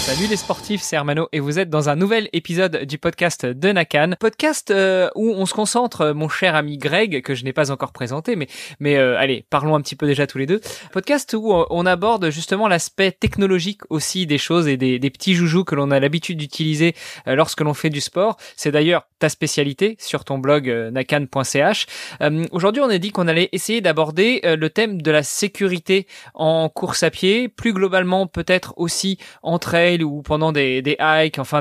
Salut les sportifs, c'est Hermano et vous êtes dans un nouvel épisode du podcast de Nakan. Podcast où on se concentre, mon cher ami Greg, que je n'ai pas encore présenté, mais allez, parlons un petit peu déjà tous les deux. Podcast où on aborde justement l'aspect technologique aussi des choses et des petits joujoux que l'on a l'habitude d'utiliser lorsque l'on fait du sport. C'est d'ailleurs ta spécialité sur ton blog nakan.ch. Aujourd'hui, on a dit qu'on allait essayer d'aborder le thème de la sécurité en course à pied, plus globalement peut-être aussi en trail ou pendant des hikes, enfin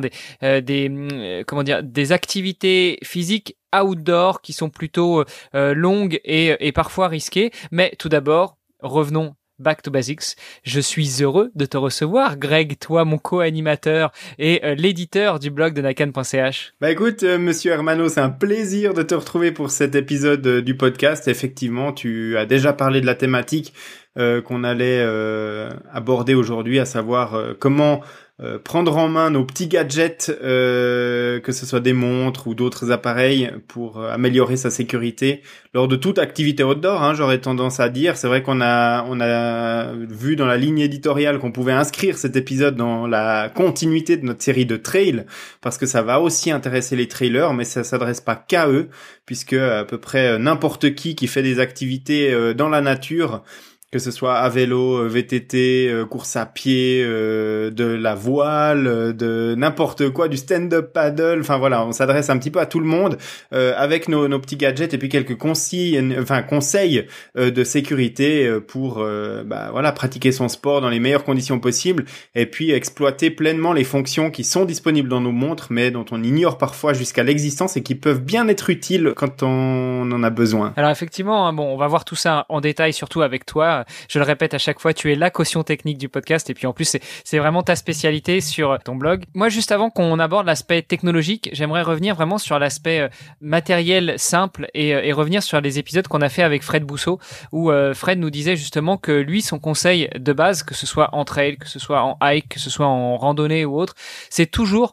des activités physiques outdoor qui sont plutôt longues et parfois risquées. Mais tout d'abord, revenons back to basics. Je suis heureux de te recevoir, Greg, toi, mon co-animateur et l'éditeur du blog de nakan.ch. Bah écoute, monsieur Hermano, c'est un plaisir de te retrouver pour cet épisode du podcast. Effectivement, tu as déjà parlé de la thématique qu'on allait aborder aujourd'hui, à savoir comment prendre en main nos petits gadgets, que ce soit des montres ou d'autres appareils, pour améliorer sa sécurité lors de toute activité outdoor, hein, j'aurais tendance à dire. C'est vrai qu'on a vu dans la ligne éditoriale qu'on pouvait inscrire cet épisode dans la continuité de notre série de trail, parce que ça va aussi intéresser les trailers, mais ça s'adresse pas qu'à eux, puisque à peu près n'importe qui fait des activités dans la nature, que ce soit à vélo, VTT, course à pied, de la voile, de n'importe quoi, du stand-up paddle, enfin voilà, on s'adresse un petit peu à tout le monde avec nos petits gadgets et puis quelques conseils de sécurité pour pratiquer son sport dans les meilleures conditions possibles et puis exploiter pleinement les fonctions qui sont disponibles dans nos montres mais dont on ignore parfois jusqu'à l'existence et qui peuvent bien être utiles quand on en a besoin. Alors effectivement, on va voir tout ça en détail, surtout avec toi. Je le répète à chaque fois, tu es la caution technique du podcast et puis en plus c'est vraiment ta spécialité sur ton blog. Moi, juste avant qu'on aborde l'aspect technologique, j'aimerais revenir vraiment sur l'aspect matériel simple et revenir sur les épisodes qu'on a fait avec Fred Bousseau où Fred nous disait justement que lui, son conseil de base, que ce soit en trail, que ce soit en hike, que ce soit en randonnée ou autre, c'est toujours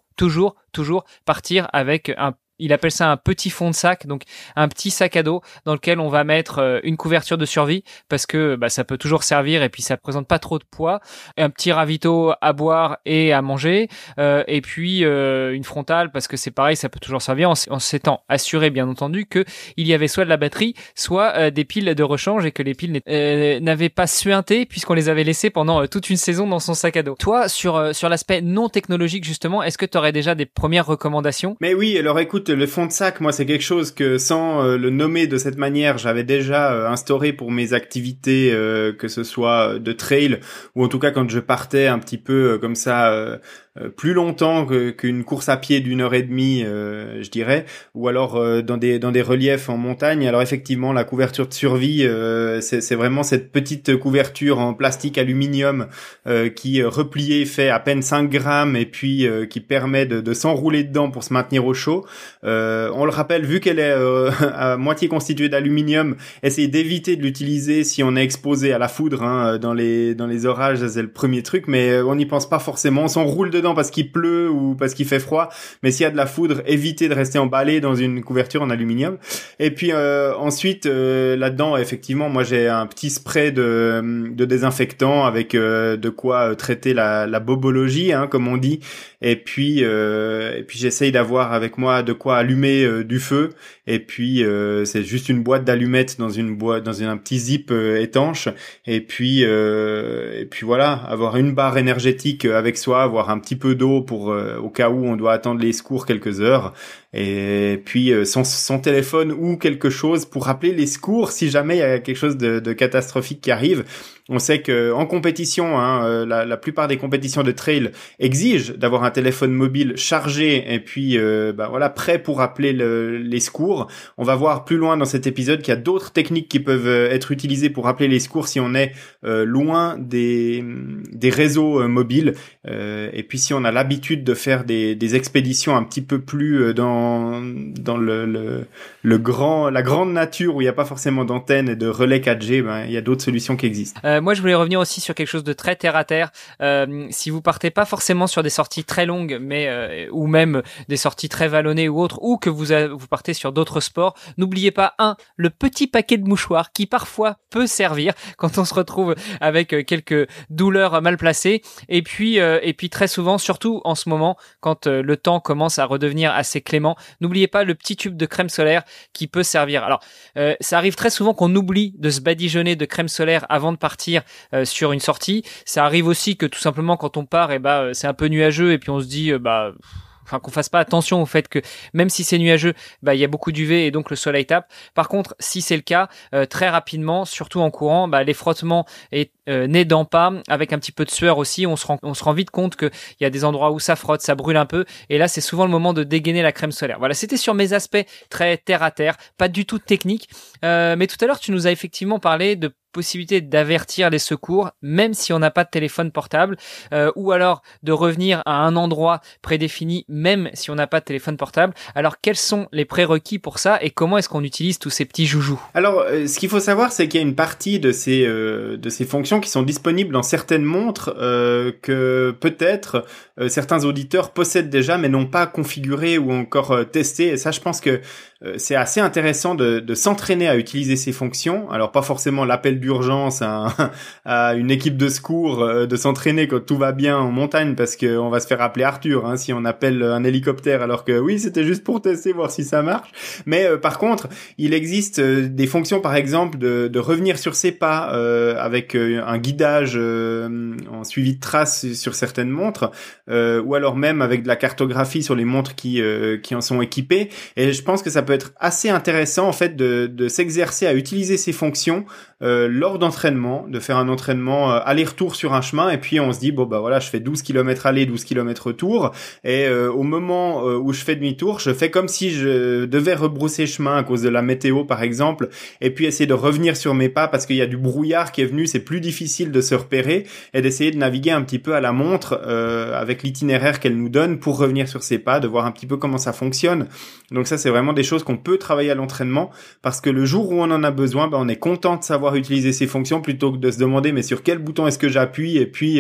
partir avec il appelle ça un petit fond de sac, donc un petit sac à dos dans lequel on va mettre une couverture de survie parce que ça peut toujours servir et puis ça présente pas trop de poids, un petit ravito à boire et à manger et puis une frontale parce que c'est pareil, ça peut toujours servir en s'étant assuré bien entendu que il y avait soit de la batterie, soit des piles de rechange et que les piles n'avaient pas suinté puisqu'on les avait laissées pendant toute une saison dans son sac à dos. Toi, sur l'aspect non technologique justement, est-ce que tu aurais déjà des premières recommandations? Mais oui, alors écoute, le fond de sac, moi, c'est quelque chose que, sans le nommer de cette manière, j'avais déjà instauré pour mes activités, que ce soit de trail, ou en tout cas quand je partais un petit peu comme ça, plus longtemps qu'une course à pied d'1 heure et demie, je dirais, ou alors dans des reliefs en montagne. Alors effectivement, la couverture de survie, c'est vraiment cette petite couverture en plastique aluminium qui repliée fait à peine 5 grammes et puis qui permet de s'enrouler dedans pour se maintenir au chaud. On le rappelle, vu qu'elle est à moitié constituée d'aluminium, essayez d'éviter de l'utiliser si on est exposé à la foudre, hein, dans les orages, c'est le premier truc, mais on n'y pense pas forcément. On s'enroule dedans parce qu'il pleut ou parce qu'il fait froid, mais s'il y a de la foudre, évitez de rester emballé dans une couverture en aluminium. Et puis ensuite, là-dedans, effectivement, moi j'ai un petit spray de désinfectant avec de quoi traiter la bobologie, hein, comme on dit. Et puis j'essaye d'avoir avec moi de quoi allumer du feu. Et puis c'est juste une boîte d'allumettes dans un petit zip étanche. Et puis voilà, avoir une barre énergétique avec soi, avoir un petit peu d'eau pour au cas où on doit attendre les secours quelques heures. Et puis son téléphone ou quelque chose pour rappeler les secours si jamais il y a quelque chose de catastrophique qui arrive. On sait que en compétition, hein, la plupart des compétitions de trail exigent d'avoir un téléphone mobile chargé et puis prêt pour appeler les secours. On va voir plus loin dans cet épisode qu'il y a d'autres techniques qui peuvent être utilisées pour appeler les secours si on est loin des réseaux mobiles. Et puis si on a l'habitude de faire des expéditions un petit peu plus dans la grande nature où il n'y a pas forcément d'antenne et de relais 4G, il y a d'autres solutions qui existent. Moi, je voulais revenir aussi sur quelque chose de très terre à terre. Si vous partez pas forcément sur des sorties très longues, mais ou même des sorties très vallonnées ou autres, ou que vous partez sur d'autres sports, n'oubliez pas le petit paquet de mouchoirs qui parfois peut servir quand on se retrouve avec quelques douleurs mal placées. Et puis très souvent, surtout en ce moment, quand le temps commence à redevenir assez clément, n'oubliez pas le petit tube de crème solaire qui peut servir. Alors, ça arrive très souvent qu'on oublie de se badigeonner de crème solaire avant de partir sur une sortie. Ça arrive aussi que tout simplement quand on part, c'est un peu nuageux et puis on se dit qu'on fasse pas attention au fait que même si c'est nuageux, il y a beaucoup d'UV et donc le soleil tape. Par contre, si c'est le cas, très rapidement, surtout en courant, les frottements n'aidant pas, avec un petit peu de sueur aussi, on se rend vite compte qu'il y a des endroits où ça frotte, ça brûle un peu, et là c'est souvent le moment de dégainer la crème solaire. Voilà, c'était sur mes aspects très terre à terre, pas du tout technique, mais tout à l'heure tu nous as effectivement parlé de possibilité d'avertir les secours, même si on n'a pas de téléphone portable, ou alors de revenir à un endroit prédéfini, même si on n'a pas de téléphone portable. Alors, quels sont les prérequis pour ça et comment est-ce qu'on utilise tous ces petits joujoux? Alors, ce qu'il faut savoir, c'est qu'il y a une partie de ces fonctions qui sont disponibles dans certaines montres que peut-être certains auditeurs possèdent déjà, mais n'ont pas configuré ou encore testé. Et ça, je pense que c'est assez intéressant de s'entraîner à utiliser ces fonctions. Alors, pas forcément l'appel d'urgence à une équipe de secours, de s'entraîner quand tout va bien en montagne, parce que on va se faire appeler Arthur si on appelle un hélicoptère, alors que oui, c'était juste pour tester, voir si ça marche. Mais par contre, il existe des fonctions, par exemple, de revenir sur ses pas avec un guidage en suivi de traces sur certaines montres, ou alors même avec de la cartographie sur les montres qui en sont équipées. Et je pense que ça peut être assez intéressant en fait de s'exercer à utiliser ces fonctions lors d'entraînement, de faire un entraînement aller-retour sur un chemin, et puis on se dit je fais 12 km aller, 12 km retour, et au moment où je fais demi-tour, je fais comme si je devais rebrousser chemin à cause de la météo par exemple, et puis essayer de revenir sur mes pas parce qu'il y a du brouillard qui est venu, c'est plus difficile de se repérer, et d'essayer de naviguer un petit peu à la montre avec l'itinéraire qu'elle nous donne pour revenir sur ses pas, de voir un petit peu comment ça fonctionne. Donc ça, c'est vraiment des choses qu'on peut travailler à l'entraînement, parce que le jour où on en a besoin, on est content de savoir utiliser ces fonctions plutôt que de se demander mais sur quel bouton est-ce que j'appuie, et puis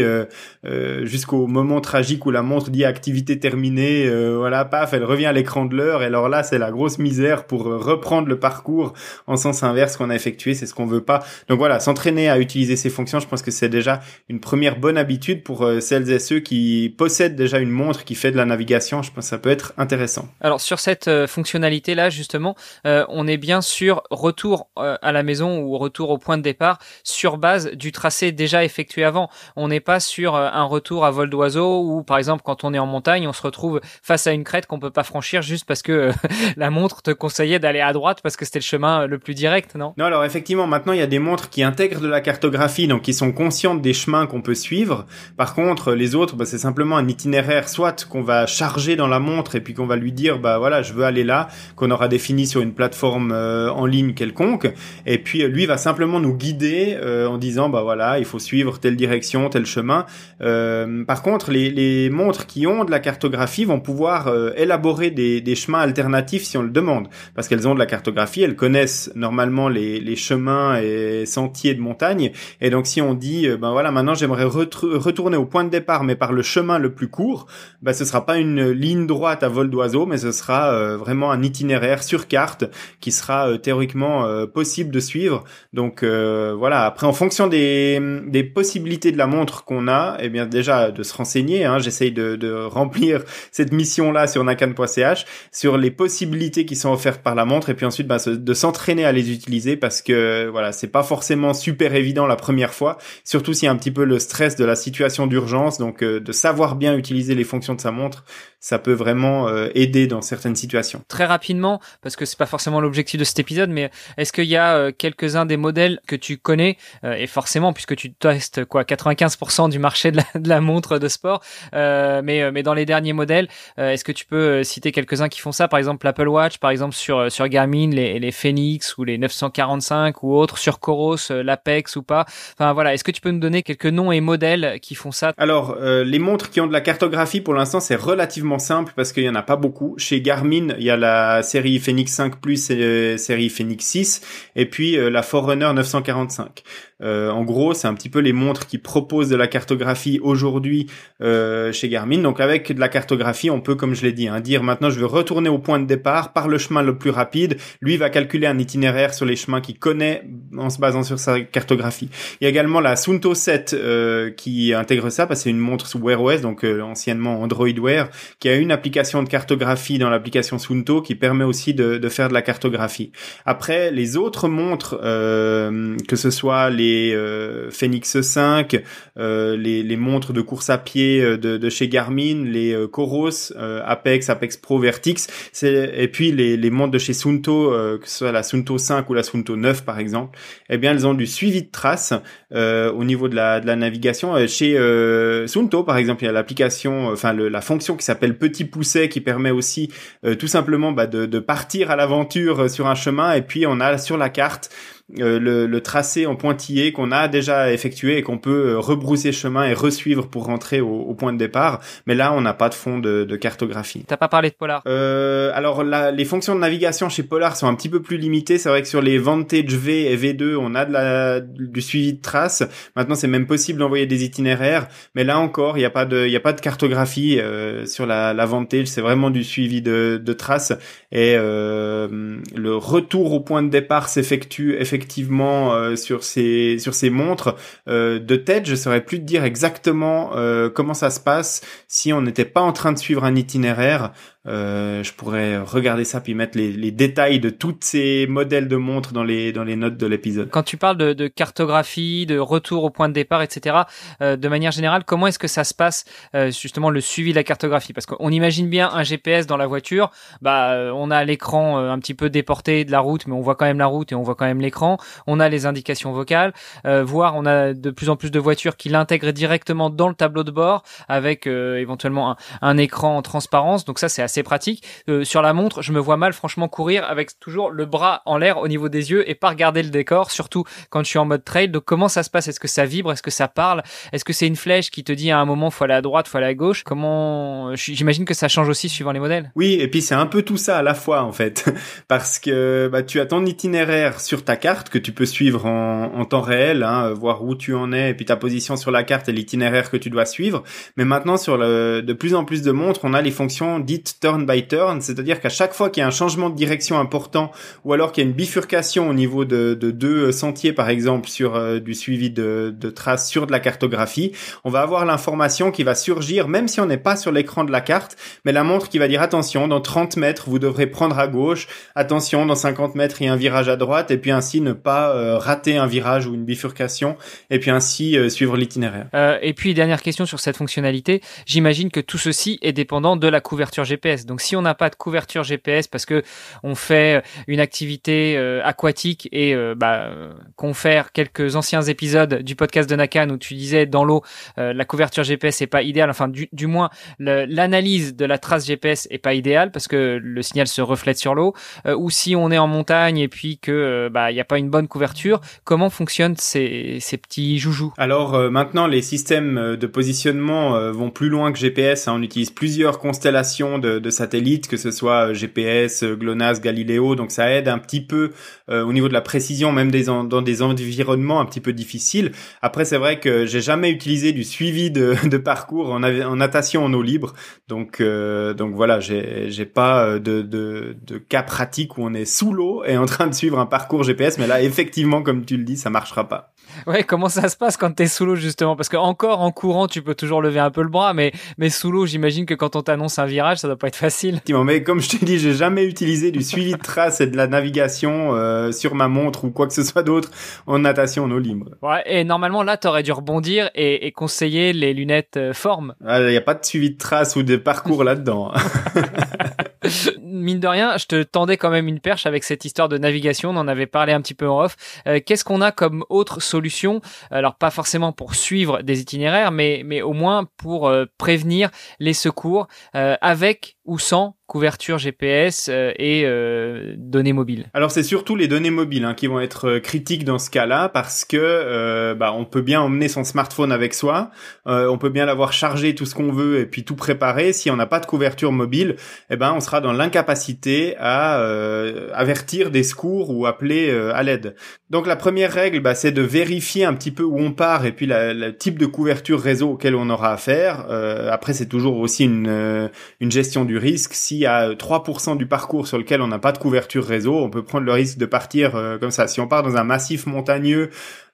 jusqu'au moment tragique où la montre dit activité terminée, paf, elle revient à l'écran de l'heure, et alors là c'est la grosse misère pour reprendre le parcours en sens inverse qu'on a effectué, c'est ce qu'on veut pas. Donc voilà, s'entraîner à utiliser ces fonctions, je pense que c'est déjà une première bonne habitude pour celles et ceux qui possèdent déjà une montre qui fait de la navigation. Je pense que ça peut être intéressant. Alors sur cette fonctionnalité là justement, on est bien sûr retour à la maison ou retour au point de départ sur base du tracé déjà effectué avant. On n'est pas sur un retour à vol d'oiseau où par exemple quand on est en montagne, on se retrouve face à une crête qu'on peut pas franchir juste parce que la montre te conseillait d'aller à droite parce que c'était le chemin le plus direct, non? Non, alors effectivement, maintenant il y a des montres qui intègrent de la cartographie, donc qui sont conscientes des chemins qu'on peut suivre. Par contre, les autres, c'est simplement un itinéraire, soit qu'on va charger dans la montre et puis qu'on va lui dire, je veux aller là, qu'on aura défini sur une plateforme en ligne quelconque, et puis lui va simplement nous guider en disant, il faut suivre telle direction, tel chemin. Par contre, les montres qui ont de la cartographie vont pouvoir élaborer des chemins alternatifs si on le demande, parce qu'elles ont de la cartographie, elles connaissent normalement les chemins et sentiers de montagne, et donc si on dit maintenant j'aimerais retourner au point de départ mais par le chemin le plus court, ce sera pas une ligne droite à vol d'oiseau, mais ce sera vraiment un itinéraire sur carte qui sera théoriquement possible de suivre. Donc après en fonction des possibilités de la montre qu'on a, déjà de se renseigner, j'essaye de remplir cette mission là sur nakan.ch sur les possibilités qui sont offertes par la montre, et puis ensuite de s'entraîner à les utiliser, parce que c'est pas forcément super évident la première fois, surtout s'il y a un petit peu le stress de la situation d'urgence. Donc de savoir bien utiliser les fonctions de sa montre, ça peut vraiment aider dans certaines situations. Très rapidement, parce que c'est pas forcément l'objectif de cet épisode, mais est-ce qu'il y a quelques-uns des modèles que tu connais, et forcément puisque tu testes 95% du marché de la montre de sport, mais dans les derniers modèles, est-ce que tu peux citer quelques-uns qui font ça, par exemple l'Apple Watch, par exemple sur Garmin, les Fenix ou les 945 ou autres, sur Coros, l'Apex ou pas. Enfin voilà, est-ce que tu peux nous donner quelques noms et modèles qui font ça? Alors les montres qui ont de la cartographie, pour l'instant c'est relativement simple parce qu'il y en a pas beaucoup. Chez Garmin, il y a la série Fenix 5 Plus et série Fenix 6, et puis la Forerunner 945. En gros, c'est un petit peu les montres qui proposent de la cartographie aujourd'hui chez Garmin. Donc avec de la cartographie, on peut, comme je l'ai dit, dire maintenant je veux retourner au point de départ par le chemin le plus rapide. Lui va calculer un itinéraire sur les chemins qu'il connaît en se basant sur sa cartographie. Il y a également la Suunto 7 qui intègre ça, parce que c'est une montre sous Wear OS, donc anciennement Android Wear, qui a une application de cartographie dans l'application Suunto qui permet aussi de faire de la cartographie. Après, les autres montres, que ce soit les Fenix 5, les montres de course à pied de chez Garmin, les Coros, Apex Pro, Vertix, et puis les montres de chez Suunto, que ce soit la Suunto 5 ou la Suunto 9 par exemple, eh bien elles ont du suivi de traces au niveau de la navigation. Chez Suunto par exemple, il y a l'application, la fonction qui s'appelle Petit Pousset, qui permet aussi tout simplement de partir à l'aventure sur un chemin, et puis on a sur la carte le tracé en pointillé qu'on a déjà effectué et qu'on peut rebrousser chemin et resuivre pour rentrer au point de départ. Mais là, on n'a pas de fond de cartographie. T'as pas parlé de Polar. Alors les fonctions de navigation chez Polar sont un petit peu plus limitées. C'est vrai que sur les Vantage V et V2, on a du suivi de traces. Maintenant, c'est même possible d'envoyer des itinéraires. Mais là encore, il y a pas de cartographie sur la Vantage. C'est vraiment du suivi de traces. Et le retour au point de départ s'effectue effectivement sur ces montres. De tête, je saurais plus te dire exactement comment ça se passe si on n'était pas en train de suivre un itinéraire. Je pourrais regarder ça puis mettre les détails de tous ces modèles de montres dans les notes de l'épisode. Quand tu parles de cartographie, de retour au point de départ, etc., de manière générale, comment est-ce que ça se passe justement le suivi de la cartographie? Parce qu'on imagine bien un GPS dans la voiture, on a l'écran un petit peu déporté de la route, mais on voit quand même la route et on voit quand même l'écran. On a les indications vocales, voire on a de plus en plus de voitures qui l'intègrent directement dans le tableau de bord avec éventuellement un écran en transparence. Donc ça, c'est assez pratique. Sur la montre, je me vois mal franchement courir avec toujours le bras en l'air au niveau des yeux et pas regarder le décor, surtout quand je suis en mode trail. Donc comment ça se passe? Est-ce que ça vibre? Est-ce que ça parle? Est-ce que c'est une flèche qui te dit à un moment faut aller à droite, faut aller à gauche? Comment? J'imagine que ça change aussi suivant les modèles. Oui, et puis c'est un peu tout ça à la fois en fait, parce que tu as ton itinéraire sur ta carte que tu peux suivre en temps réel, voir où tu en es, et puis ta position sur la carte et l'itinéraire que tu dois suivre. Mais maintenant, sur de plus en plus de montres, on a les fonctions dites turn by turn, c'est-à-dire qu'à chaque fois qu'il y a un changement de direction important, ou alors qu'il y a une bifurcation au niveau de deux sentiers, par exemple, sur du suivi de traces sur de la cartographie, on va avoir l'information qui va surgir, même si on n'est pas sur l'écran de la carte, mais la montre qui va dire attention, dans 30 mètres, vous devrez prendre à gauche, attention, dans 50 mètres, il y a un virage à droite, et puis ainsi ne pas rater un virage ou une bifurcation, et puis ainsi suivre l'itinéraire. Et puis dernière question sur cette fonctionnalité, j'imagine que tout ceci est dépendant de la couverture GPS. Donc si on n'a pas de couverture GPS parce que on fait une activité aquatique et confère quelques anciens épisodes du podcast de Nakan où tu disais dans l'eau la couverture GPS est pas idéale, enfin du moins l'analyse de la trace GPS est pas idéale parce que le signal se reflète sur l'eau, ou si on est en montagne et puis que y a pas une bonne couverture, comment fonctionnent ces petits joujoux? Alors maintenant les systèmes de positionnement vont plus loin que GPS, on utilise plusieurs constellations de satellites, que ce soit GPS, GLONASS, Galileo, donc ça aide un petit peu au niveau de la précision, même dans des environnements un petit peu difficiles. Après c'est vrai que j'ai jamais utilisé du suivi de parcours en natation en eau libre, donc voilà, j'ai pas de cas pratique où on est sous l'eau et en train de suivre un parcours GPS, mais là effectivement comme tu le dis, ça marchera pas. Ouais, comment ça se passe quand t'es sous l'eau justement? Parce que encore en courant, tu peux toujours lever un peu le bras, mais sous l'eau, j'imagine que quand on t'annonce un virage, ça doit pas être facile. Mais comme je t'ai dit, j'ai jamais utilisé du suivi de traces et de la navigation sur ma montre ou quoi que ce soit d'autre en natation en eau libre. Ouais, et normalement là, t'aurais dû rebondir et conseiller les lunettes forme. Il y a pas de suivi de traces ou de parcours là-dedans. Mine de rien, je te tendais quand même une perche avec cette histoire de navigation, on en avait parlé un petit peu en off. Qu'est-ce qu'on a comme autre solution? Alors pas forcément pour suivre des itinéraires, mais au moins pour prévenir les secours avec ou sans couverture GPS et données mobiles? Alors c'est surtout les données mobiles qui vont être critiques dans ce cas-là parce que on peut bien emmener son smartphone avec soi, on peut bien l'avoir chargé tout ce qu'on veut et puis tout préparé. Si on n'a pas de couverture mobile, on sera dans l'incapacité à avertir des secours ou appeler à l'aide. Donc la première règle, c'est de vérifier un petit peu où on part et puis le type de couverture réseau auquel on aura affaire. Après c'est toujours aussi une gestion du risque. S'il y a 3% du parcours sur lequel on n'a pas de couverture réseau, on peut prendre le risque de partir comme ça. Si on part dans un massif montagneux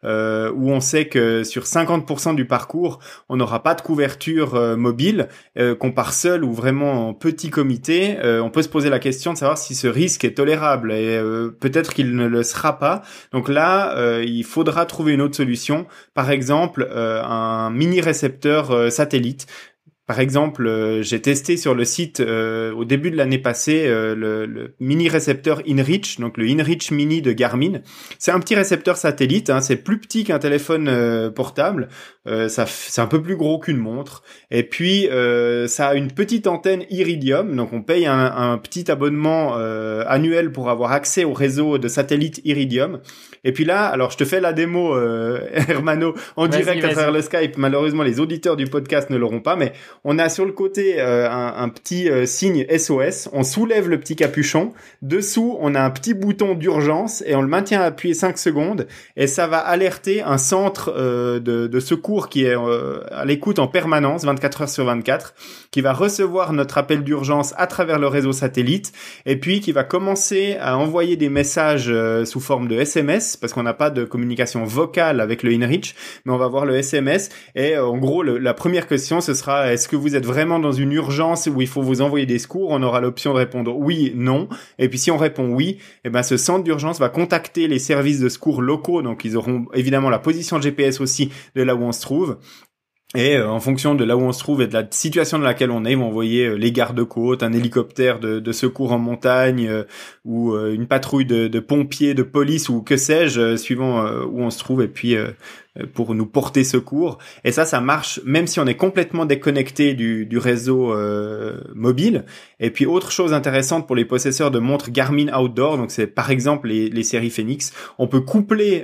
où on sait que sur 50% du parcours, on n'aura pas de couverture mobile, qu'on part seul ou vraiment en petit comité, on peut se poser la question de savoir si ce risque est tolérable et peut-être qu'il ne le sera pas. Donc là, il faudra trouver une autre solution, par exemple un mini récepteur satellite. Par exemple, j'ai testé sur le site au début de l'année passée le mini récepteur InReach, donc le InReach Mini de Garmin. C'est un petit récepteur satellite, c'est plus petit qu'un téléphone portable, c'est un peu plus gros qu'une montre. Et puis ça a une petite antenne Iridium, donc on paye un petit abonnement annuel pour avoir accès au réseau de satellite Iridium. Et puis là, alors je te fais la démo, Hermano, en direct à travers le Skype. Malheureusement, les auditeurs du podcast ne l'auront pas, mais on a sur le côté un petit signe SOS. On soulève le petit capuchon. Dessous, on a un petit bouton d'urgence et on le maintient appuyé 5 secondes et ça va alerter un centre de secours qui est à l'écoute en permanence, 24 heures sur 24, qui va recevoir notre appel d'urgence à travers le réseau satellite et puis qui va commencer à envoyer des messages sous forme de SMS parce qu'on n'a pas de communication vocale avec le InReach, mais on va voir le SMS et en gros la première question ce sera: est-ce que vous êtes vraiment dans une urgence où il faut vous envoyer des secours? On aura l'option de répondre oui, non. Et puis si on répond oui, ce centre d'urgence va contacter les services de secours locaux. Donc ils auront évidemment la position GPS aussi de là où on se trouve. Et en fonction de là où on se trouve et de la situation dans laquelle on est, ils vont envoyer les gardes-côtes, un hélicoptère de secours en montagne ou une patrouille de pompiers, de police ou que sais-je, suivant où on se trouve, et puis pour nous porter secours. Et ça marche même si on est complètement déconnecté du réseau mobile. Et puis autre chose intéressante pour les possesseurs de montres Garmin Outdoor, donc c'est par exemple les séries Fenix, on peut coupler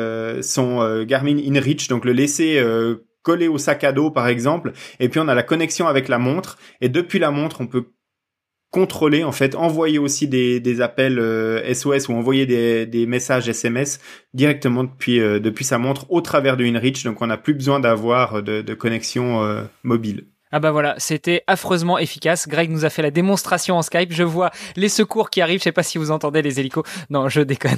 son Garmin InReach, donc le laisser collé au sac à dos par exemple, et puis on a la connexion avec la montre, et depuis la montre on peut contrôler, en fait, envoyer aussi des appels SOS ou envoyer des messages SMS directement depuis sa montre au travers de InReach, donc on n'a plus besoin d'avoir de connexion mobile. Ah bah voilà, c'était affreusement efficace. Greg nous a fait la démonstration en Skype. Je vois les secours qui arrivent. Je sais pas si vous entendez les hélicos. Non, je déconne.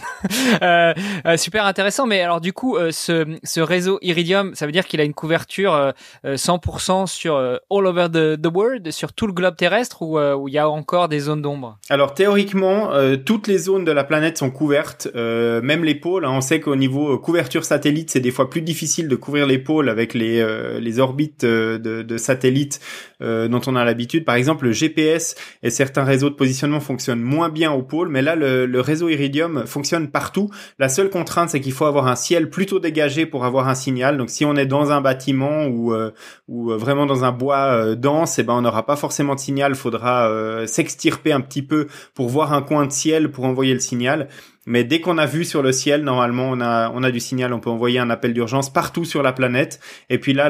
Super intéressant. Mais alors du coup, ce réseau Iridium, ça veut dire qu'il a une couverture 100% sur all over the world, sur tout le globe terrestre, où il y a encore des zones d'ombre? Alors théoriquement, toutes les zones de la planète sont couvertes, même les pôles. On sait qu'au niveau couverture satellite, c'est des fois plus difficile de couvrir les pôles avec les orbites de satellites dont on a l'habitude. Par exemple, le GPS et certains réseaux de positionnement fonctionnent moins bien au pôle, mais là, le réseau Iridium fonctionne partout. La seule contrainte, c'est qu'il faut avoir un ciel plutôt dégagé pour avoir un signal. Donc, si on est dans un bâtiment ou vraiment dans un bois dense, on n'aura pas forcément de signal. Il faudra s'extirper un petit peu pour voir un coin de ciel pour envoyer le signal. Mais dès qu'on a vu sur le ciel, normalement, on a du signal, on peut envoyer un appel d'urgence partout sur la planète. Et puis là,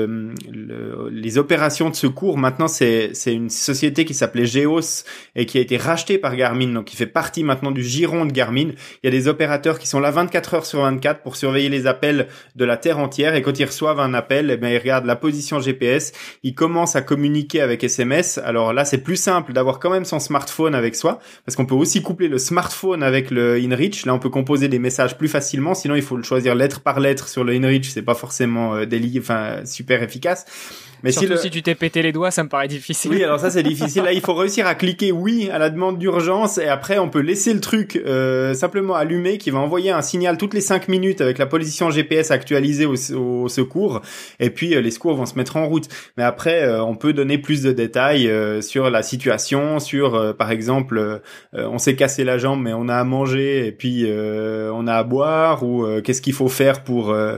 les opérations de secours, maintenant, c'est une société qui s'appelait Geos et qui a été rachetée par Garmin, donc qui fait partie maintenant du giron de Garmin. Il y a des opérateurs qui sont là 24 heures sur 24 pour surveiller les appels de la Terre entière. Et quand ils reçoivent un appel, ils regardent la position GPS, ils commencent à communiquer avec SMS. Alors là, c'est plus simple d'avoir quand même son smartphone avec soi, parce qu'on peut aussi coupler le smartphone avec le InReach. Là, on peut composer des messages plus facilement. Sinon, il faut le choisir lettre par lettre sur le InReach. C'est pas forcément super efficace. Mais surtout si tu t'es pété les doigts, ça me paraît difficile. Oui, alors ça c'est difficile. Là, il faut réussir à cliquer oui à la demande d'urgence et après on peut laisser le truc simplement allumé qui va envoyer un signal toutes les 5 minutes avec la position GPS actualisée au secours. Et puis les secours vont se mettre en route. Mais après, on peut donner plus de détails sur la situation, sur par exemple, on s'est cassé la jambe mais on a à manger et puis on a à boire, ou qu'est-ce qu'il faut faire pour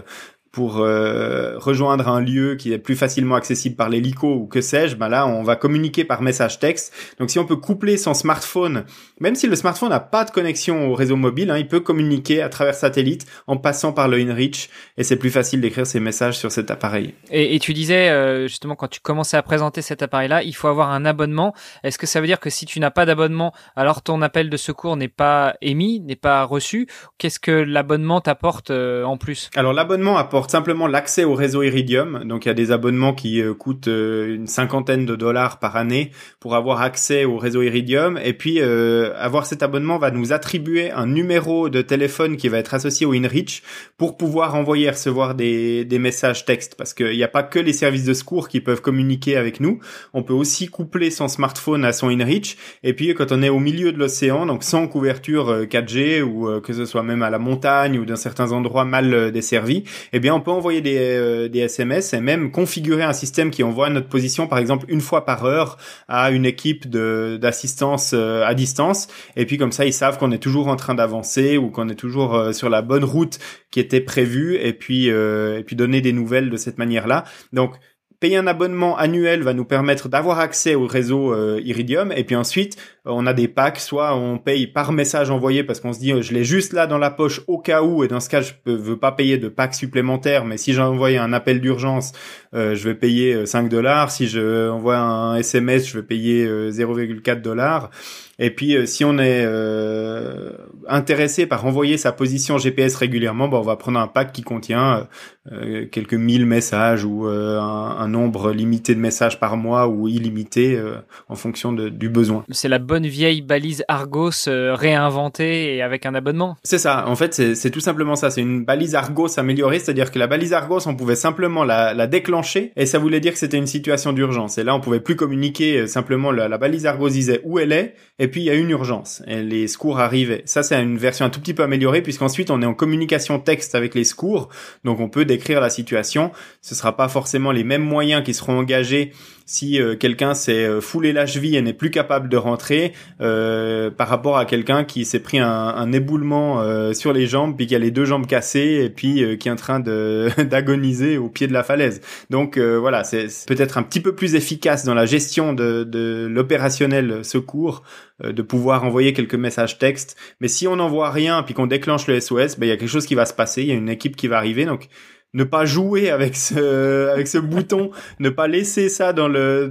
rejoindre un lieu qui est plus facilement accessible par l'hélico ou que sais-je, ben là on va communiquer par message texte. Donc si on peut coupler son smartphone, même si le smartphone n'a pas de connexion au réseau mobile, il peut communiquer à travers satellite en passant par le inReach et c'est plus facile d'écrire ses messages sur cet appareil. Et tu disais justement quand tu commençais à présenter cet appareil-là, il faut avoir un abonnement. Est-ce que ça veut dire que si tu n'as pas d'abonnement, alors ton appel de secours n'est pas émis, n'est pas reçu? Qu'est-ce que l'abonnement t'apporte en plus? Alors l'abonnement apporte simplement l'accès au réseau Iridium. Donc il y a des abonnements qui coûtent une cinquantaine de dollars par année pour avoir accès au réseau Iridium. Et puis avoir cet abonnement va nous attribuer un numéro de téléphone qui va être associé au inReach pour pouvoir envoyer et recevoir des messages textes. Parce qu'il n'y a pas que les services de secours qui peuvent communiquer avec nous. On peut aussi coupler son smartphone à son inReach. Et puis quand on est au milieu de l'océan, donc sans couverture 4G ou que ce soit même à la montagne ou dans certains endroits mal desservis, eh bien on peut envoyer des SMS et même configurer un système qui envoie notre position par exemple une fois par heure à une équipe d'assistance à distance, et puis comme ça ils savent qu'on est toujours en train d'avancer ou qu'on est toujours sur la bonne route qui était prévue, et puis donner des nouvelles de cette manière-là. Donc payer un abonnement annuel va nous permettre d'avoir accès au réseau Iridium, et puis ensuite on a des packs, soit on paye par message envoyé parce qu'on se dit je l'ai juste là dans la poche au cas où, et dans ce cas je veux pas payer de pack supplémentaire, mais si j'ai envoyé un appel d'urgence je vais payer 5 dollars, si je envoie un SMS je vais payer 0,4 dollars. Et puis si on est intéressé par envoyer sa position GPS régulièrement, on va prendre un pack qui contient quelques 1000 messages ou un nombre limité de messages par mois ou illimité en fonction du besoin. C'est la bonne vieille balise Argos réinventée et avec un abonnement. C'est ça, en fait c'est tout simplement ça, c'est une balise Argos améliorée, c'est-à-dire que la balise Argos on pouvait simplement la déclencher et ça voulait dire que c'était une situation d'urgence, et là on pouvait plus communiquer, simplement la balise Argos disait où elle est, et puis il y a une urgence et les secours arrivaient. Ça c'est une version un tout petit peu améliorée, puisqu'ensuite on est en communication texte avec les secours, donc on peut décrire la situation. Ce sera pas forcément les mêmes moyens qui seront engagés si quelqu'un s'est foulé la cheville et n'est plus capable de rentrer par rapport à quelqu'un qui s'est pris un éboulement sur les jambes puis qui a les deux jambes cassées et puis qui est en train d'agoniser au pied de la falaise. Donc voilà, c'est peut-être un petit peu plus efficace dans la gestion de l'opérationnel secours de pouvoir envoyer quelques messages textes. Mais si on n'envoie rien puis qu'on déclenche le SOS, il y a quelque chose qui va se passer, il y a une équipe qui va arriver. Donc ne pas jouer avec ce bouton, ne pas laisser ça dans les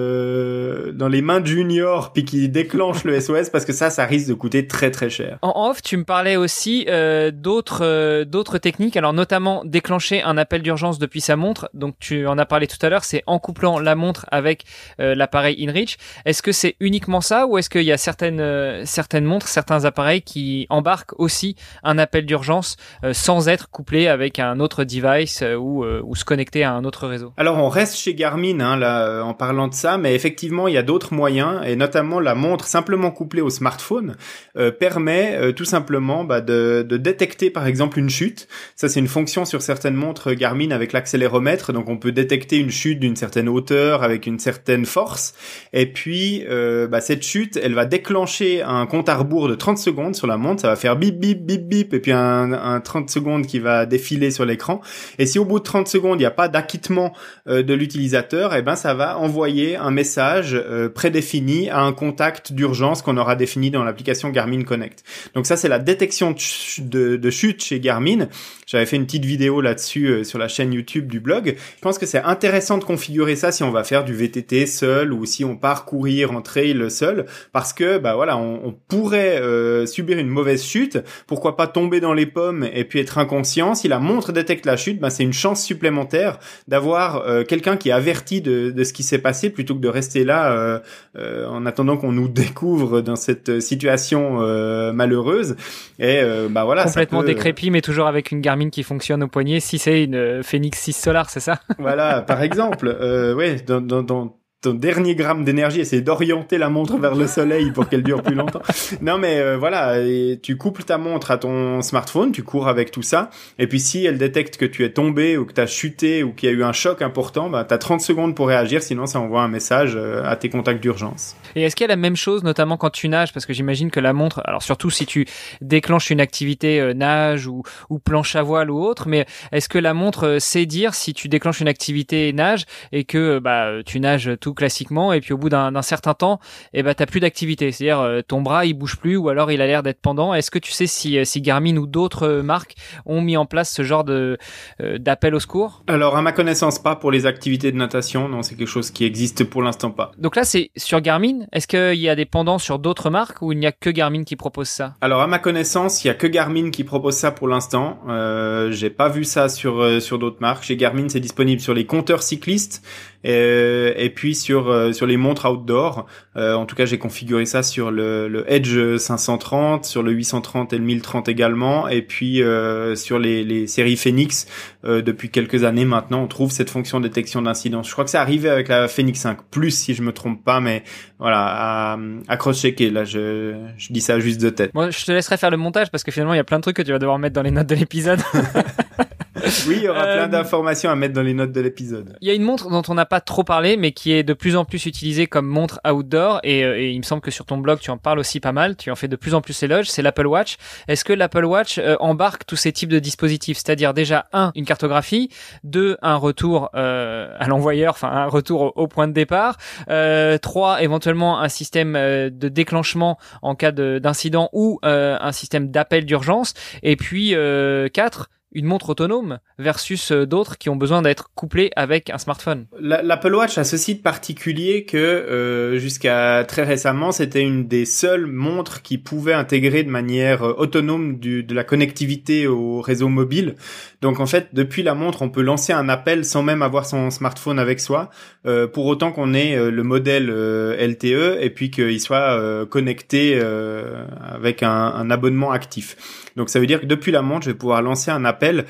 mains de Junior puis qui déclenche le SOS, parce que ça risque de coûter très très cher. En off, tu me parlais aussi d'autres techniques, alors notamment déclencher un appel d'urgence depuis sa montre. Donc tu en as parlé tout à l'heure, c'est en couplant la montre avec l'appareil inReach. Est-ce que c'est uniquement ça, ou est-ce qu'il y a certaines montres, certains appareils qui embarquent aussi un appel d'urgence sans être couplé avec un autre device ou se connecter à un autre réseau? Alors on reste chez Garmin en parlant de ça, mais effectivement il y a d'autres moyens, et notamment la montre simplement couplée au smartphone permet tout simplement de détecter par exemple une chute. Ça c'est une fonction sur certaines montres Garmin avec l'accéléromètre, donc on peut détecter une chute d'une certaine hauteur avec une certaine force, et puis cette chute elle va déclencher un compte à rebours de 30 secondes sur la montre. Ça va faire bip bip bip bip, et puis un 30 secondes qui va défiler sur l'écran. Et si au bout de 30 secondes, il n'y a pas d'acquittement de l'utilisateur, ça va envoyer un message prédéfini à un contact d'urgence qu'on aura défini dans l'application Garmin Connect. Donc ça, c'est la détection de chute chez Garmin. J'avais fait une petite vidéo là-dessus sur la chaîne YouTube du blog. Je pense que c'est intéressant de configurer ça si on va faire du VTT seul ou si on part courir en trail seul, parce que on pourrait subir une mauvaise chute. Pourquoi pas tomber dans les pommes et puis être inconscient? Si la montre détecte la chute, c'est une chance supplémentaire d'avoir quelqu'un qui est averti de ce qui s'est passé, plutôt que de rester là en attendant qu'on nous découvre dans cette situation malheureuse. Et complètement décrépit, mais toujours avec une Garmin qui fonctionne au poignet, si c'est une Fenix 6 Solar, c'est ça? Voilà, par exemple. Dans ton dernier gramme d'énergie, essayer d'orienter la montre vers le soleil pour qu'elle dure plus longtemps. Non, mais voilà, et tu couples ta montre à ton smartphone, tu cours avec tout ça, et puis si elle détecte que tu es tombé ou que tu as chuté ou qu'il y a eu un choc important, bah, tu as 30 secondes pour réagir, sinon ça envoie un message à tes contacts d'urgence. Et est-ce qu'il y a la même chose, notamment quand tu nages, parce que j'imagine que la montre, alors surtout si tu déclenches une activité nage ou planche à voile ou autre, mais est-ce que la montre sait dire si tu déclenches une activité nage et que tu nages tout classiquement et puis au bout d'un certain temps t'as plus d'activité, c'est-à-dire ton bras il bouge plus ou alors il a l'air d'être pendant. Est-ce que tu sais si Garmin ou d'autres marques ont mis en place ce genre d'appel au secours? Alors à ma connaissance pas pour les activités de natation, non, c'est quelque chose qui existe pour l'instant pas. Donc là c'est sur Garmin, est-ce qu'il y a des pendants sur d'autres marques ou il n'y a que Garmin qui propose ça? Alors à ma connaissance il y a que Garmin qui propose ça pour l'instant, j'ai pas vu ça sur d'autres marques. Chez Garmin c'est disponible sur les compteurs cyclistes et puis sur les montres outdoor. En tout cas, j'ai configuré ça sur le Edge 530, sur le 830 et le 1030 également, et puis sur les séries Fenix. Depuis quelques années maintenant, on trouve cette fonction de détection d'incidence. Je crois que c'est arrivé avec la Fenix 5 Plus, si je me trompe pas, mais voilà, à cross-checker. Là, je dis ça juste de tête. Moi, je te laisserai faire le montage parce que finalement, il y a plein de trucs que tu vas devoir mettre dans les notes de l'épisode. Oui, il y aura plein d'informations à mettre dans les notes de l'épisode. Il y a une montre dont on n'a pas trop parlé, mais qui est de plus en plus utilisée comme montre outdoor, et il me semble que sur ton blog, tu en parles aussi pas mal, tu en fais de plus en plus éloge, c'est l'Apple Watch. Est-ce que l'Apple Watch embarque tous ces types de dispositifs? C'est-à-dire déjà, une cartographie, un retour à l'envoyeur, enfin un retour au point de départ, 3, éventuellement un système de déclenchement en cas d'incident ou un système d'appel d'urgence, et puis 4, une montre autonome versus d'autres qui ont besoin d'être couplées avec un smartphone. L'Apple Watch a ceci de particulier que jusqu'à très récemment, c'était une des seules montres qui pouvait intégrer de manière autonome de la connectivité au réseau mobile. Donc en fait, depuis la montre, on peut lancer un appel sans même avoir son smartphone avec soi, pour autant qu'on ait le modèle LTE et puis qu'il soit connecté avec un abonnement actif. Donc ça veut dire que depuis la montre, je vais pouvoir lancer un appel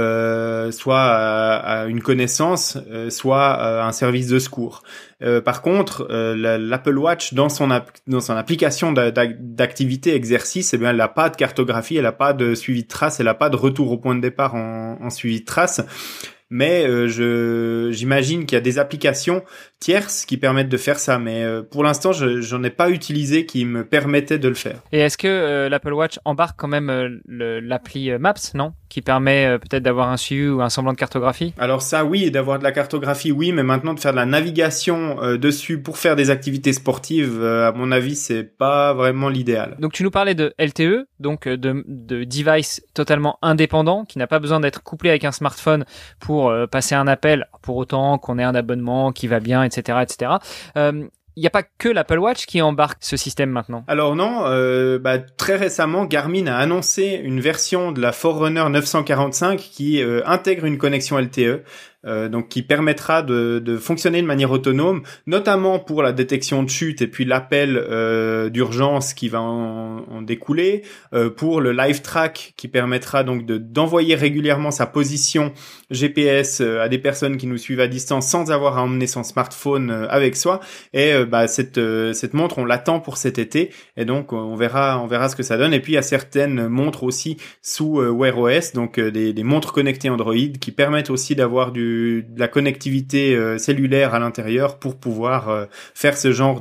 soit à une connaissance, soit à un service de secours. Par contre, l'Apple Watch dans son application d'activité exercice, eh bien, elle n'a pas de cartographie, elle n'a pas de suivi de trace, elle n'a pas de retour au point de départ en suivi de trace. Mais j'imagine qu'il y a des applications tierces qui permettent de faire ça, mais pour l'instant, j'en ai pas utilisé qui me permettait de le faire. Et est-ce que l'Apple Watch embarque quand même l'appli Maps, non, qui permet peut-être d'avoir un suivi ou un semblant de cartographie? Alors ça, oui, et d'avoir de la cartographie, oui, mais maintenant de faire de la navigation dessus pour faire des activités sportives, à mon avis, c'est pas vraiment l'idéal. Donc tu nous parlais de LTE, donc de device totalement indépendant, qui n'a pas besoin d'être couplé avec un smartphone pour passer un appel, pour autant qu'on ait un abonnement qui va bien, etc., etc. Il n'y a pas que l'Apple Watch qui embarque ce système maintenant. Alors non, très récemment, Garmin a annoncé une version de la Forerunner 945 qui intègre une connexion LTE. Donc qui permettra de fonctionner de manière autonome, notamment pour la détection de chute et puis l'appel d'urgence qui va en découler, pour le live track qui permettra donc d'envoyer régulièrement sa position GPS à des personnes qui nous suivent à distance sans avoir à emmener son smartphone avec soi. Et cette montre, on l'attend pour cet été, et donc on verra ce que ça donne. Et puis il y a certaines montres aussi sous Wear OS, donc des montres connectées Android qui permettent aussi d'avoir de la connectivité cellulaire à l'intérieur pour pouvoir faire ce genre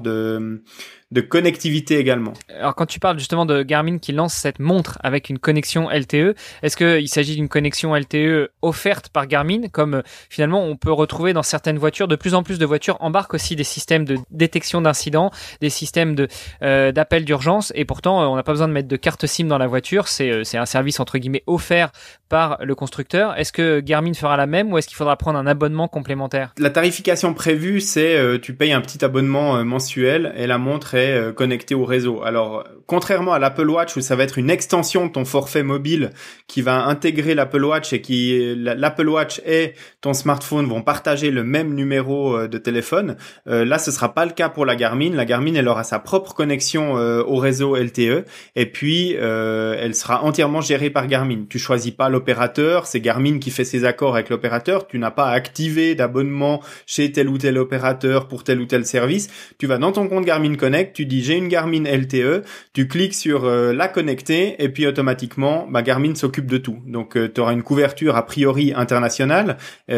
de connectivité également. Alors quand tu parles justement de Garmin qui lance cette montre avec une connexion LTE, est-ce qu'il s'agit d'une connexion LTE offerte par Garmin, comme finalement on peut retrouver dans certaines voitures? De plus en plus de voitures embarquent aussi des systèmes de détection d'incidents, des systèmes d'appel d'urgence, et pourtant on n'a pas besoin de mettre de carte SIM dans la voiture, c'est un service entre guillemets offert par le constructeur. Est-ce que Garmin fera la même ou est-ce qu'il faudra prendre un abonnement complémentaire? La tarification prévue, c'est tu payes un petit abonnement mensuel et la montre est serait connecté au réseau. Alors, contrairement à l'Apple Watch où ça va être une extension de ton forfait mobile qui va intégrer l'Apple Watch et l'Apple Watch et ton smartphone vont partager le même numéro de téléphone, là ce sera pas le cas pour la Garmin. La Garmin, elle aura sa propre connexion au réseau LTE et puis elle sera entièrement gérée par Garmin. Tu choisis pas l'opérateur, c'est Garmin qui fait ses accords avec l'opérateur. Tu n'as pas à activer d'abonnement chez tel ou tel opérateur pour tel ou tel service. Tu vas dans ton compte Garmin Connect, tu dis j'ai une Garmin LTE, tu cliques sur la connecter et puis automatiquement Garmin s'occupe de tout. Donc tu auras une couverture a priori internationale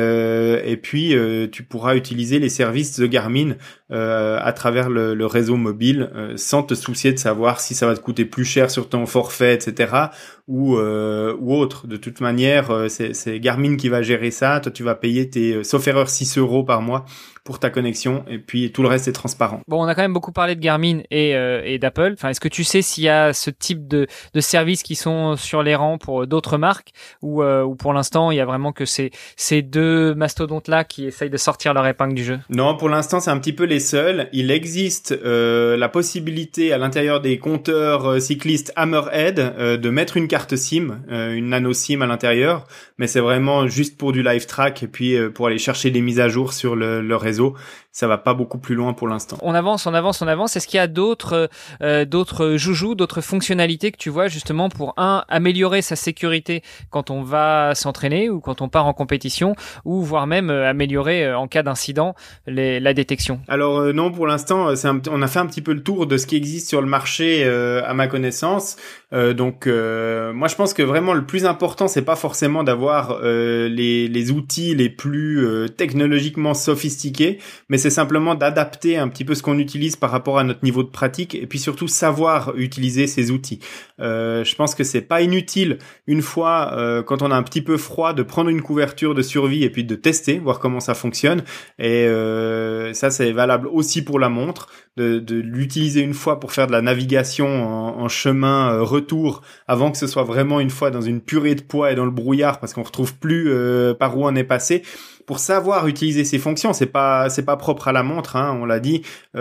et puis tu pourras utiliser les services de Garmin à travers le réseau mobile sans te soucier de savoir si ça va te coûter plus cher sur ton forfait, etc. ou autre. De toute manière, c'est Garmin qui va gérer ça. Toi, tu vas payer sauf erreur, 6 € par mois pour ta connexion et puis tout le reste est transparent. Bon, on a quand même beaucoup parlé de Garmin et d'Apple. Enfin, est-ce que tu sais s'il y a ce type de services qui sont sur les rangs pour d'autres marques ou pour l'instant, il y a vraiment que ces deux mastodontes-là qui essayent de sortir leur épingle du jeu? Non, pour l'instant, c'est un petit peu les seuls. Il existe la possibilité à l'intérieur des compteurs cyclistes Hammerhead de mettre une carte SIM, une nano SIM à l'intérieur, mais c'est vraiment juste pour du live track et puis pour aller chercher des mises à jour sur le réseau. Ça va pas beaucoup plus loin pour l'instant. On avance. Est-ce qu'il y a d'autres joujoux, d'autres fonctionnalités que tu vois justement pour améliorer sa sécurité quand on va s'entraîner ou quand on part en compétition ou voire même améliorer en cas d'incident la détection? Alors non, pour l'instant, on a fait un petit peu le tour de ce qui existe sur le marché à ma connaissance. Donc moi je pense que vraiment le plus important c'est pas forcément d'avoir les outils les plus technologiquement sophistiqués, mais c'est simplement d'adapter un petit peu ce qu'on utilise par rapport à notre niveau de pratique et puis surtout savoir utiliser ces outils. Je pense que c'est pas inutile une fois quand on a un petit peu froid de prendre une couverture de survie et puis de tester, voir comment ça fonctionne. Et ça c'est valable aussi pour la montre, de l'utiliser une fois pour faire de la navigation en chemin retour avant que ce soit vraiment une fois dans une purée de poids et dans le brouillard parce qu'on retrouve plus par où on est passé. Pour savoir utiliser ces fonctions, c'est pas propre à la montre, hein, on l'a dit,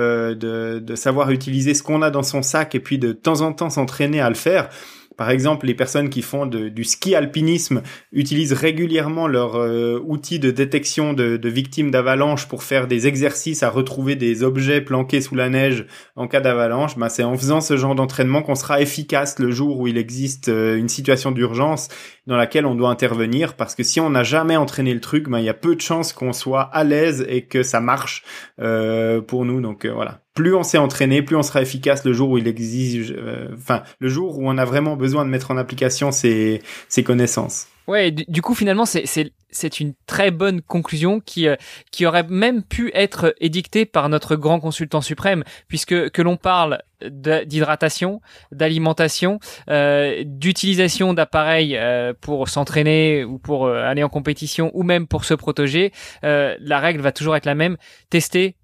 de savoir utiliser ce qu'on a dans son sac et puis de temps en temps s'entraîner à le faire. Par exemple, les personnes qui font du ski alpinisme utilisent régulièrement leur outil de détection de victimes d'avalanche pour faire des exercices à retrouver des objets planqués sous la neige en cas d'avalanche. C'est en faisant ce genre d'entraînement qu'on sera efficace le jour où il existe une situation d'urgence dans laquelle on doit intervenir, parce que si on n'a jamais entraîné le truc, il y a peu de chances qu'on soit à l'aise et que ça marche pour nous. Donc voilà. Plus on s'est entraîné, plus on sera efficace le jour où il exige, le jour où on a vraiment besoin de mettre en application ces connaissances. Ouais, du coup finalement c'est une très bonne conclusion qui aurait même pu être édictée par notre grand consultant suprême, puisque que l'on parle d'hydratation, d'alimentation, d'utilisation d'appareils pour s'entraîner ou pour aller en compétition ou même pour se protéger, la règle va toujours être la même: tester.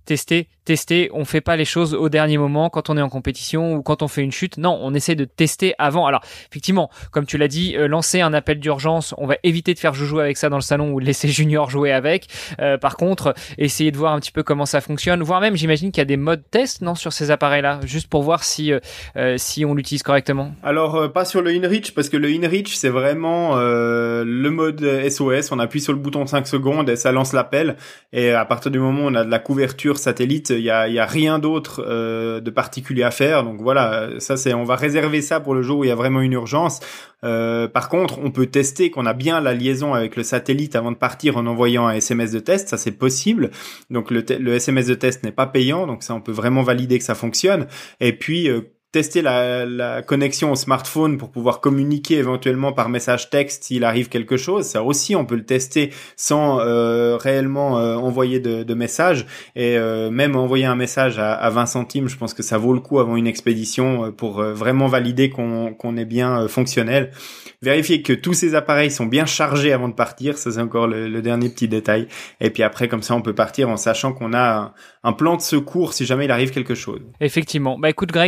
On fait pas les choses au dernier moment quand on est en compétition ou quand on fait une chute. Non, on essaie de tester avant. Alors effectivement, comme tu l'as dit, lancer un appel d'urgence, on va éviter de faire joujou avec ça dans le salon ou de laisser Junior jouer avec. Par contre, essayer de voir un petit peu comment ça fonctionne, voire même j'imagine qu'il y a des modes test sur ces appareils-là, juste pour voir si on l'utilise correctement. Alors pas sur le InReach, parce que le InReach c'est vraiment le mode SOS, on appuie sur le bouton 5 secondes et ça lance l'appel, et à partir du moment où on a de la couverture satellite, il y a rien d'autre de particulier à faire. Donc voilà, on va réserver ça pour le jour où il y a vraiment une urgence. Par contre, on peut tester qu'on a bien la liaison avec le satellite avant de partir en envoyant un SMS de test, ça c'est possible. Donc le SMS de test n'est pas payant, donc ça on peut vraiment valider que ça fonctionne. Et puis tester la connexion au smartphone pour pouvoir communiquer éventuellement par message texte s'il arrive quelque chose. Ça aussi, on peut le tester sans réellement envoyer de message. Et même envoyer un message à 20 centimes, je pense que ça vaut le coup avant une expédition pour vraiment valider qu'on est bien fonctionnel. Vérifier que tous ces appareils sont bien chargés avant de partir, ça c'est encore le dernier petit détail. Et puis après, comme ça, on peut partir en sachant qu'on a un plan de secours si jamais il arrive quelque chose. Effectivement. Écoute Greg, je pense que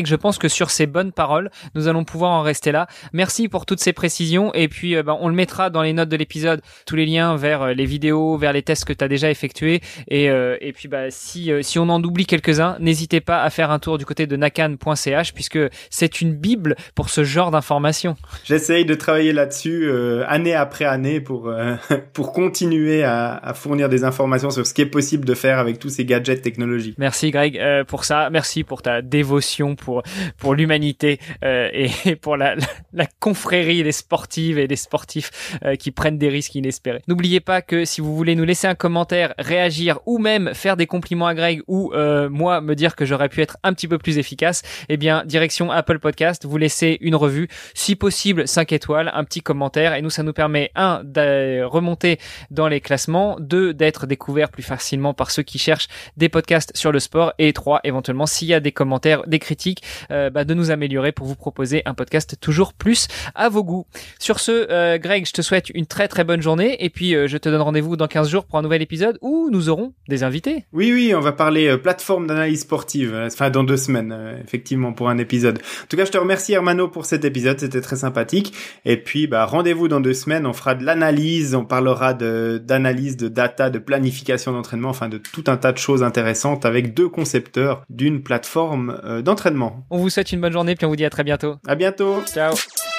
sur ces bonnes paroles, nous allons pouvoir en rester là. Merci pour toutes ces précisions et puis on le mettra dans les notes de l'épisode, tous les liens vers les vidéos, vers les tests que tu as déjà effectués et puis si on en oublie quelques-uns, n'hésitez pas à faire un tour du côté de nakan.ch puisque c'est une bible pour ce genre d'informations. J'essaye de travailler là-dessus année après année pour continuer à fournir des informations sur ce qui est possible de faire avec tous ces gadgets technologiques. Merci Greg pour ça, merci pour ta dévotion pour l'humanité et pour la confrérie des sportives et des sportifs qui prennent des risques inespérés. N'oubliez pas que si vous voulez nous laisser un commentaire, réagir ou même faire des compliments à Greg ou moi me dire que j'aurais pu être un petit peu plus efficace, eh bien direction Apple Podcast, vous laissez une revue, si possible 5 étoiles, un petit commentaire et nous ça nous permet de remonter dans les classements, 2 d'être découvert plus facilement par ceux qui cherchent des podcasts sur le sport et 3 éventuellement s'il y a des commentaires, des critiques, de nous améliorer pour vous proposer un podcast toujours plus à vos goûts. Sur ce, Greg, je te souhaite une très très bonne journée et puis je te donne rendez-vous dans 15 jours pour un nouvel épisode où nous aurons des invités. Oui, on va parler plateforme d'analyse sportive, dans 2 semaines, effectivement, pour un épisode. En tout cas, je te remercie Hermano pour cet épisode, c'était très sympathique. Et puis, rendez-vous dans 2 semaines, on fera de l'analyse, on parlera d'analyse, de data, de planification d'entraînement, de tout un tas de choses intéressantes avec 2 concepteurs d'une plateforme d'entraînement. On vous souhaite une bonne journée puis on vous dit à très bientôt. À bientôt. Ciao.